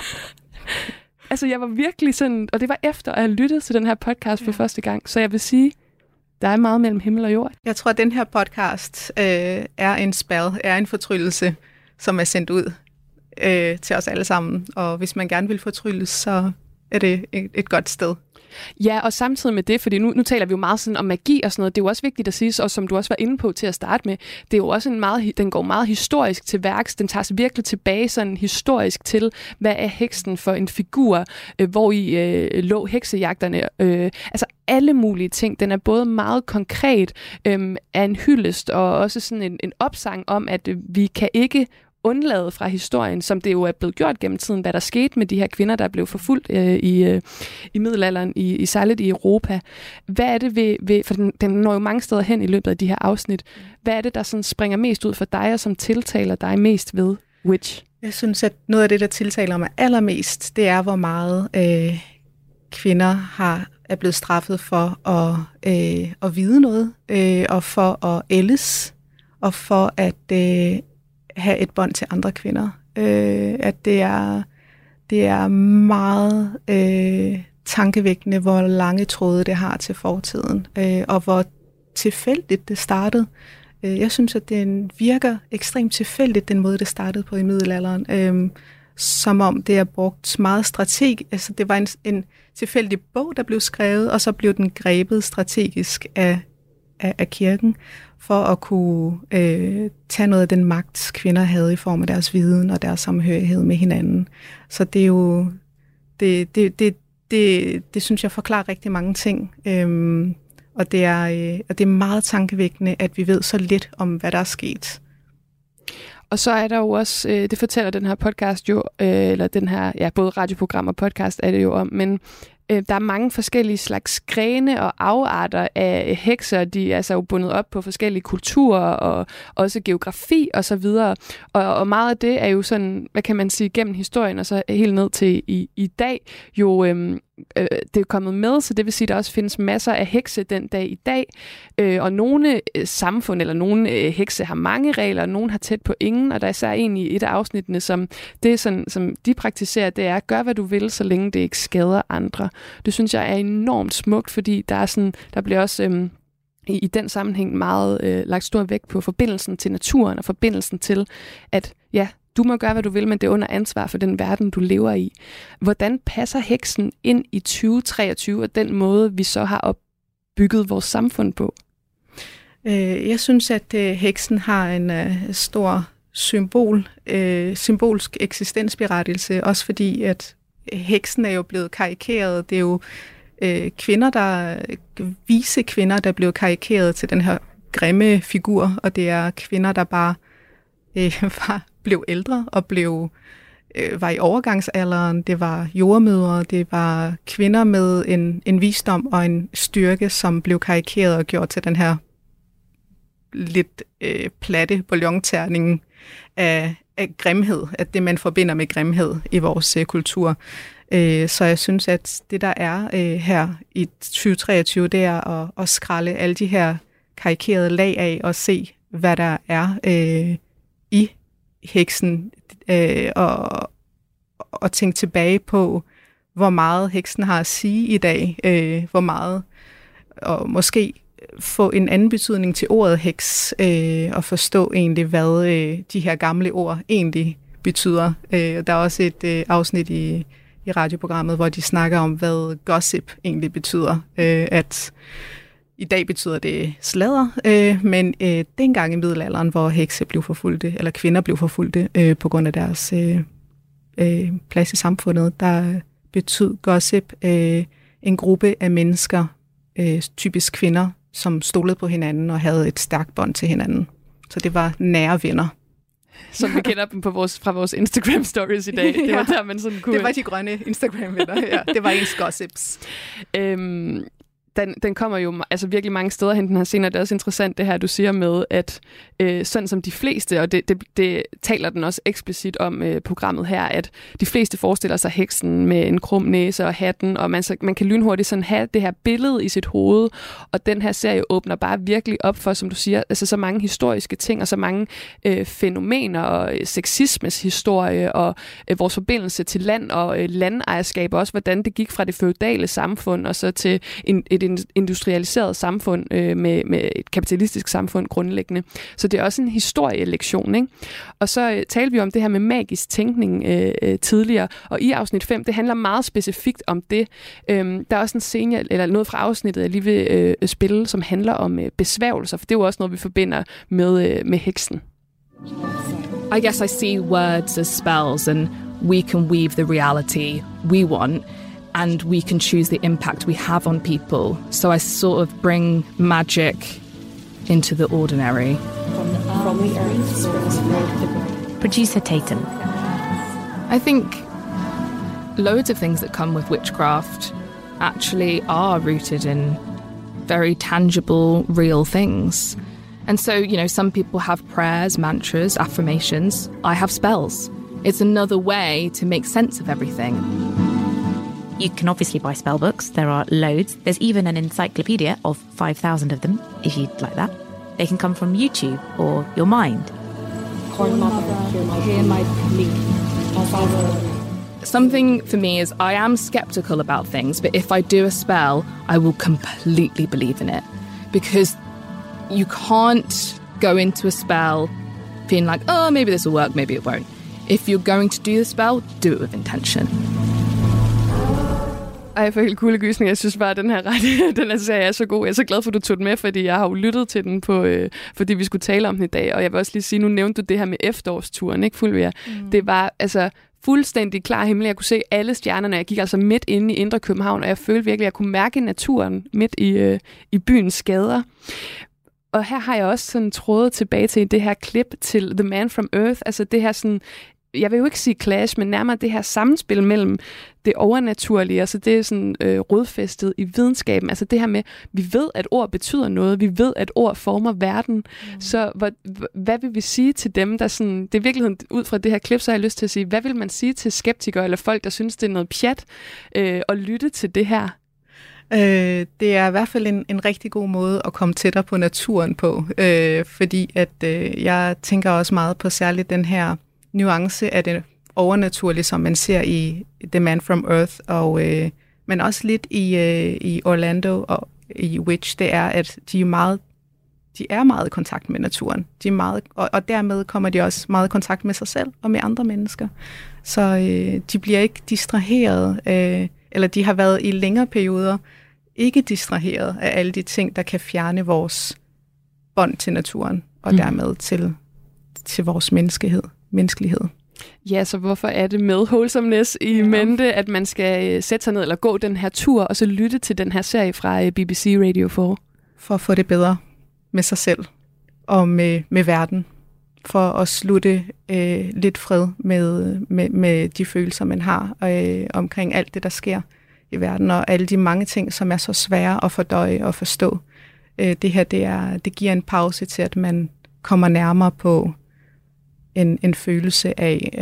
Altså, jeg var virkelig sådan, og det var efter at have lyttet til den her podcast for første gang, så jeg vil sige, der er meget mellem himmel og jord. Jeg tror, at den her podcast er en spell, er en fortryllelse, som er sendt ud til os alle sammen. Og hvis man gerne vil fortrylles, så er det et godt sted. Ja, og samtidig med det, fordi nu taler vi jo meget sådan om magi og sådan noget, det er jo også vigtigt at sige, og som du også var inde på til at starte med, det er jo også den går meget historisk til værks, den tager sig virkelig tilbage sådan historisk til, hvad er heksen for en figur, hvor i lå heksejagterne, altså alle mulige ting. Den er både meget konkret, er en hyldest, og også sådan en opsang om, at vi kan ikke undlade fra historien, som det jo er blevet gjort gennem tiden, hvad der skete med de her kvinder, der blev forfulgt i middelalderen, særligt i Europa. Hvad er det ved for den når jo mange steder hen i løbet af de her afsnit. Hvad er det, der sådan springer mest ud for dig, og som tiltaler dig mest ved Witch? Jeg synes, at noget af det, der tiltaler mig allermest, det er, hvor meget kvinder er blevet straffet for at vide noget, og for at ældes, og for at have et bånd til andre kvinder. At det er meget tankevækkende, hvor lange tråde det har til fortiden, og hvor tilfældigt det startede. Jeg synes, at det virker ekstremt tilfældigt, den måde, det startede på i middelalderen. Som om det er brugt meget strategisk. Altså, det var en tilfældig bog, der blev skrevet, og så blev den grebet strategisk af kirken, for at kunne tage noget af den magt, kvinder havde i form af deres viden og deres samhørighed med hinanden. Så det er jo... Det synes jeg forklarer rigtig mange ting. Og det er meget tankevækkende, at vi ved så lidt om, hvad der er sket. Og så er der jo også, det fortæller den her podcast jo, eller den her, ja, både radioprogram og podcast er det jo om, men der er mange forskellige slags grene og afarter af hekser. De er altså jo bundet op på forskellige kulturer og også geografi og så videre. Og meget af det er jo sådan, hvad kan man sige, gennem historien og så helt ned til i dag jo det er kommet med, så det vil sige, at der også findes masser af hekse den dag i dag. Og nogle samfund eller nogle hekse har mange regler, og nogle har tæt på ingen, og der er især en i et af afsnittene, som de praktiserer, det er, gør hvad du vil, så længe det ikke skader andre. Det synes jeg er enormt smukt, fordi der bliver også i den sammenhæng meget lagt stor vægt på forbindelsen til naturen, og forbindelsen til, at ja, du må gøre, hvad du vil, men det er under ansvar for den verden, du lever i. Hvordan passer heksen ind i 2023, og den måde, vi så har opbygget vores samfund på? Jeg synes, at heksen har en stor symbolsk eksistensberettigelse, også fordi, at heksen er jo blevet karikeret. Det er jo vise kvinder, der blev karikeret til den her grimme figur, og det er kvinder, der bare blev ældre og var i overgangsalderen. Det var jordemødre, det var kvinder med en visdom og en styrke, som blev karikeret og gjort til den her lidt platte bouillonterning af grimhed, at det man forbinder med grimhed i vores kultur. Så jeg synes, at det der er her i 2023, det er at skrælle alle de her karikerede lag af og se, hvad der er i heksen, og tænke tilbage på, hvor meget heksen har at sige i dag, hvor meget, og måske få en anden betydning til ordet heks, og forstå egentlig, hvad de her gamle ord egentlig betyder. Der er også et afsnit i radioprogrammet, hvor de snakker om, hvad gossip egentlig betyder. At i dag betyder det sladder, men dengang i middelalderen, hvor hekse blev forfulgte, eller kvinder blev forfulgte på grund af deres plads i samfundet, der betød gossip en gruppe af mennesker, typisk kvinder, som stolede på hinanden og havde et stærkt bånd til hinanden. Så det var nære venner. Som vi kender dem fra vores Instagram stories i dag. Det var der, man sådan kunne... Det var de grønne Instagram-venner, ja. Det var ens gossips. Den kommer jo altså virkelig mange steder hen, den her scene, og det er også interessant det her, du siger med, at sådan som de fleste, og det taler den også eksplicit om programmet her, at de fleste forestiller sig heksen med en krum næse og hatten, og man kan lynhurtigt sådan have det her billede i sit hoved, og den her serie åbner bare virkelig op for, som du siger, altså så mange historiske ting, og så mange fænomener, og sexismes historie, og vores forbindelse til land og landejerskab, også hvordan det gik fra det feudale samfund, og så til et industrialiseret samfund med et kapitalistisk samfund grundlæggende. Så det er også en historielektion, ikke? Og så talte vi om det her med magisk tænkning tidligere, og i afsnit 5, det handler meget specifikt om det. Der er også en scene, eller noget fra afsnittet, jeg lige vil spille, som handler om besværgelser, for det er jo også noget, vi forbinder med heksen. I guess I see words as spells, and we can weave the reality we want, and we can choose the impact we have on people. So I sort of bring magic into the ordinary. From the earth. Producer Tatum. I think loads of things that come with witchcraft actually are rooted in very tangible, real things. And so, some people have prayers, mantras, affirmations. I have spells. It's another way to make sense of everything. You can obviously buy spell books. There are loads. There's even an encyclopedia of 5,000 of them, if you'd like that. They can come from YouTube or your mind. Something for me is I am skeptical about things, but if I do a spell, I will completely believe in it. Because you can't go into a spell feeling like, oh, maybe this will work, maybe it won't. If you're going to do the spell, do it with intention. Ej, jeg får helt kuldegysning. Jeg synes bare, at den her serie er så god. Jeg er så glad for, at du tog den med, fordi jeg har jo lyttet til den, fordi vi skulle tale om den i dag. Og jeg vil også lige sige, nu nævnte du det her med efterårsturen, ikke, Fulvia? Det var altså fuldstændig klar himmel. Jeg kunne se alle stjernerne. Jeg gik altså midt inde i Indre København, og jeg følte virkelig, at jeg kunne mærke naturen midt i byens gader. Og her har jeg også sådan trådet tilbage til det her klip til The Man from Earth, altså det her sådan jeg vil jo ikke sige clash, men nærmere det her samspil mellem det overnaturlige, altså det er sådan rodfæstet i videnskaben, altså det her med, vi ved, at ord betyder noget, vi ved, at ord former verden, så hvad vil vi sige til dem, der sådan, det er virkeligheden ud fra det her klip, så har jeg lyst til at sige, hvad vil man sige til skeptikere, eller folk, der synes, det er noget pjat, at lytte til det her? Det er i hvert fald en rigtig god måde at komme tættere på naturen på, fordi at jeg tænker også meget på særligt den her nuance af det overnaturlige, som man ser i The Man from Earth, men også lidt i Orlando og i Witch, det er, at de er meget i kontakt med naturen. De er meget, og dermed kommer de også meget i kontakt med sig selv og med andre mennesker. Så de bliver ikke distraheret, eller de har været i længere perioder ikke distraheret af alle de ting, der kan fjerne vores bånd til naturen, og dermed til vores menneskelighed. Ja, så hvorfor er det med wholesomeness i mente, at man skal sætte sig ned eller gå den her tur, og så lytte til den her serie fra BBC Radio 4? For at få det bedre med sig selv og med verden. For at slutte lidt fred med de følelser, man har omkring alt det, der sker i verden, og alle de mange ting, som er så svære at fordøje og forstå. Det her, det giver en pause til, at man kommer nærmere på en følelse af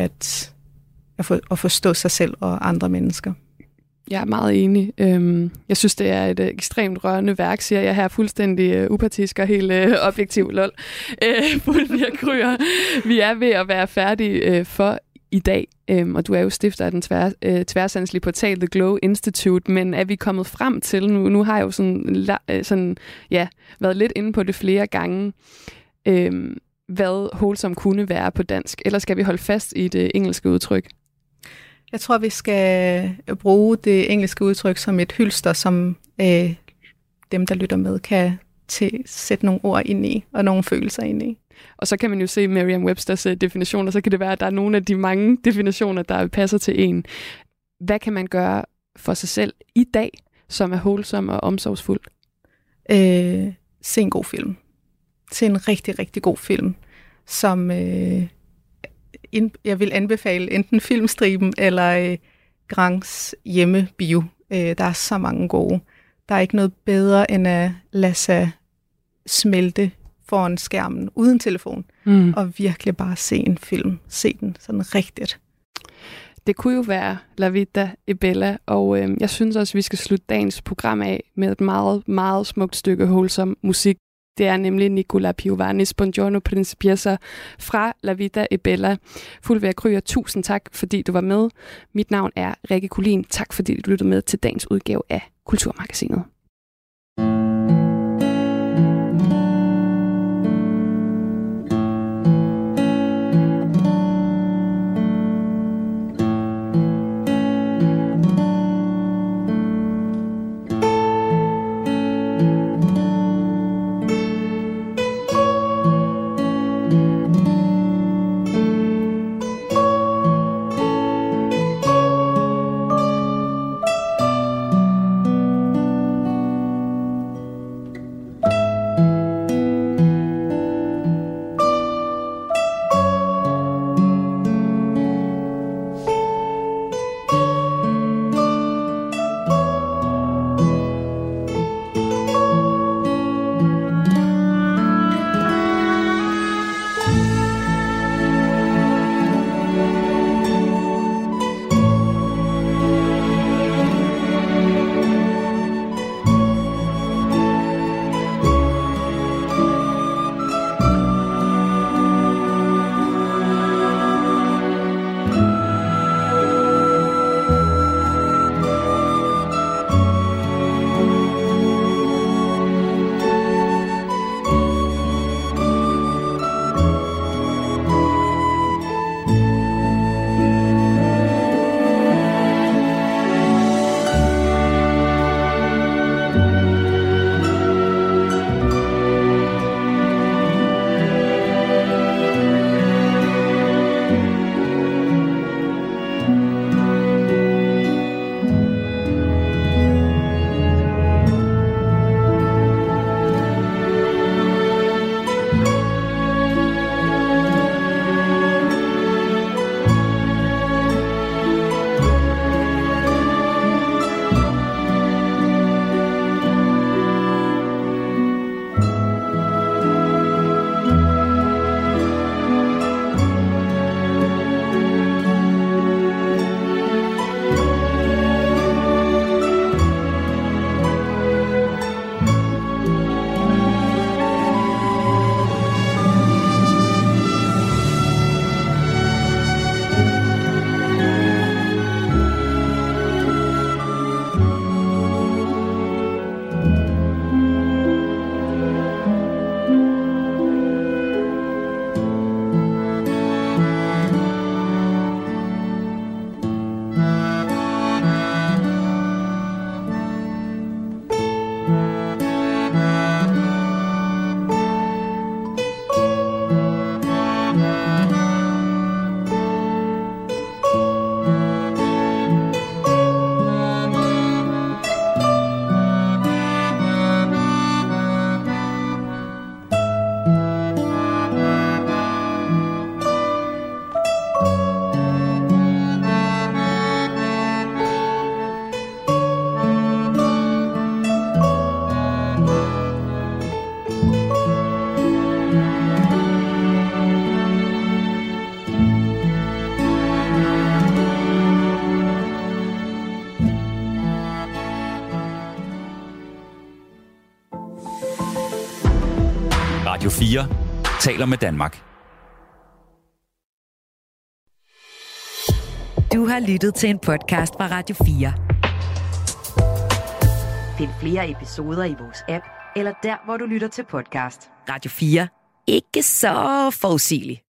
at forstå sig selv og andre mennesker. Jeg er meget enig. Jeg synes, det er et ekstremt rørende værk, siger jeg her, fuldstændig upartisk og helt objektiv, lol. Fulvia Krüger, vi er ved at være færdige for i dag, og du er jo stifter af den tværsandslige portal The Glow Institute, men er vi kommet frem til, nu har jeg jo sådan været lidt inde på det flere gange, hvad wholesome kunne være på dansk, eller skal vi holde fast i det engelske udtryk? Jeg tror, vi skal bruge det engelske udtryk som et hylster, som dem, der lytter med, kan sætte nogle ord ind i, og nogle følelser ind i. Og så kan man jo se Merriam-Websters definitioner, så kan det være, at der er nogle af de mange definitioner, der passer til en. Hvad kan man gøre for sig selv i dag, som er wholesome og omsorgsfuld? Se en god film. Se en rigtig, rigtig god film, som jeg vil anbefale enten Filmstriben eller Grands hjemmebio. Der er så mange gode. Der er ikke noget bedre end at lade sig smelte foran skærmen uden telefon, og virkelig bare se en film. Se den sådan rigtigt. Det kunne jo være La Vita e Bella, og jeg synes også, vi skal slutte dagens program af med et meget, meget smukt stykke wholesome musik. Det er nemlig Nicola Piovanis Buongiorno Principessa fra La Vita e Bella. Fulvia Krüger, tusind tak, fordi du var med. Mit navn er Rikke Kulin. Tak, fordi du lyttede med til dagens udgave af Kulturmagasinet. Radio 4 taler med Danmark. Du har lyttet til en podcast fra Radio 4. Find flere episoder i vores app, eller der, hvor du lytter til podcast. Radio 4. Ikke så forudsigeligt.